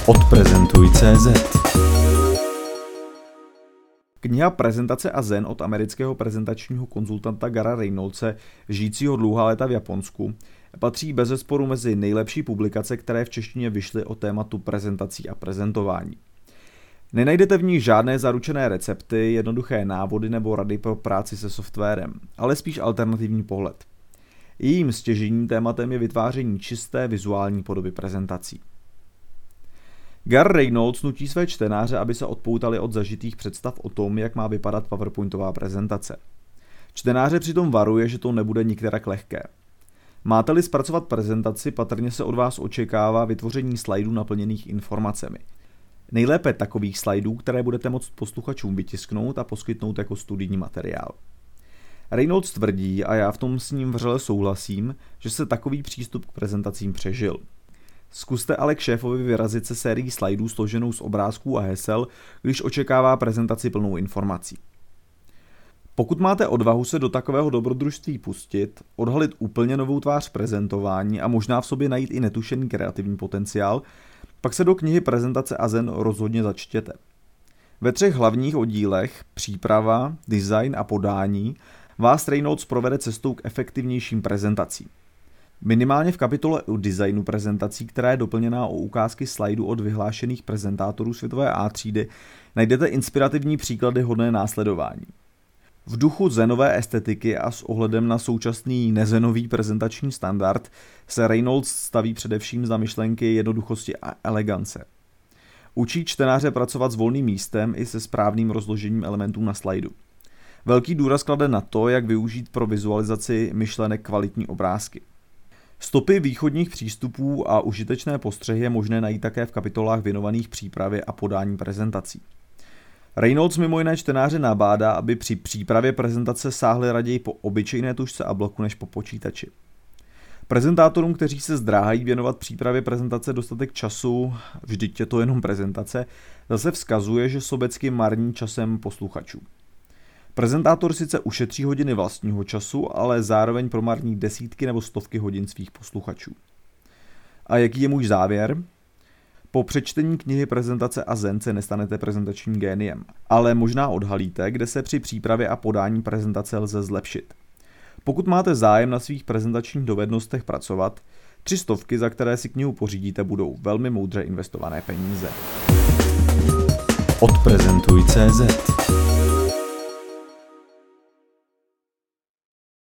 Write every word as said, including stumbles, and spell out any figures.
Odprezentuj tečka cé zet. Kniha Prezentace a zen od amerického prezentačního konzultanta Gara Reynoldse, žijícího dlouhá léta v Japonsku, patří bezesporu mezi nejlepší publikace, které v češtině vyšly o tématu prezentací a prezentování. Nenajdete v ní žádné zaručené recepty, jednoduché návody nebo rady pro práci se softwarem, ale spíš alternativní pohled. Jejím stěžejním tématem je vytváření čisté vizuální podoby prezentací. Gar Reynolds nutí své čtenáře, aby se odpoutali od zažitých představ o tom, jak má vypadat PowerPointová prezentace. Čtenáře přitom varuje, že to nebude nikterak lehké. Máte-li zpracovat prezentaci, patrně se od vás očekává vytvoření slajdů naplněných informacemi. Nejlépe takových slajdů, které budete moct posluchačům vytisknout a poskytnout jako studijní materiál. Reynolds tvrdí, a já v tom s ním vřele souhlasím, že se takový přístup k prezentacím přežil. Zkuste ale k šéfovi vyrazit se sérií slajdů složenou z obrázků a hesel, když očekává prezentaci plnou informací. Pokud máte odvahu se do takového dobrodružství pustit, odhalit úplně novou tvář prezentování a možná v sobě najít i netušený kreativní potenciál, pak se do knihy Prezentace a zen rozhodně začtěte. Ve třech hlavních oddílech, příprava, design a podání, vás Reynolds provede cestou k efektivnějším prezentacím. Minimálně v kapitole o designu prezentací, která je doplněná o ukázky slajdů od vyhlášených prezentátorů světové á třídy, najdete inspirativní příklady hodné následování. V duchu zenové estetiky a s ohledem na současný nezenový prezentační standard se Reynolds staví především za myšlenky jednoduchosti a elegance. Učí čtenáře pracovat s volným místem i se správným rozložením elementů na slajdu. Velký důraz klade na to, jak využít pro vizualizaci myšlenek kvalitní obrázky. Stopy východních přístupů a užitečné postřehy je možné najít také v kapitolách věnovaných přípravě a podání prezentací. Reynolds mimo jiné čtenáře nabádá, aby při přípravě prezentace sáhli raději po obyčejné tužce a bloku než po počítači. Prezentátorům, kteří se zdráhají věnovat přípravě prezentace dostatek času, vždyť je to jenom prezentace, zase vzkazuje, že sobecky marní časem posluchačů. Prezentátor sice ušetří hodiny vlastního času, ale zároveň promarní desítky nebo stovky hodin svých posluchačů. A jaký je můj závěr? Po přečtení knihy Prezentace a zen se nestanete prezentačním géniem, ale možná odhalíte, kde se při přípravě a podání prezentace lze zlepšit. Pokud máte zájem na svých prezentačních dovednostech pracovat, tři stovky, za které si knihu pořídíte, budou velmi moudře investované peníze. Odprezentuj tečka cé zet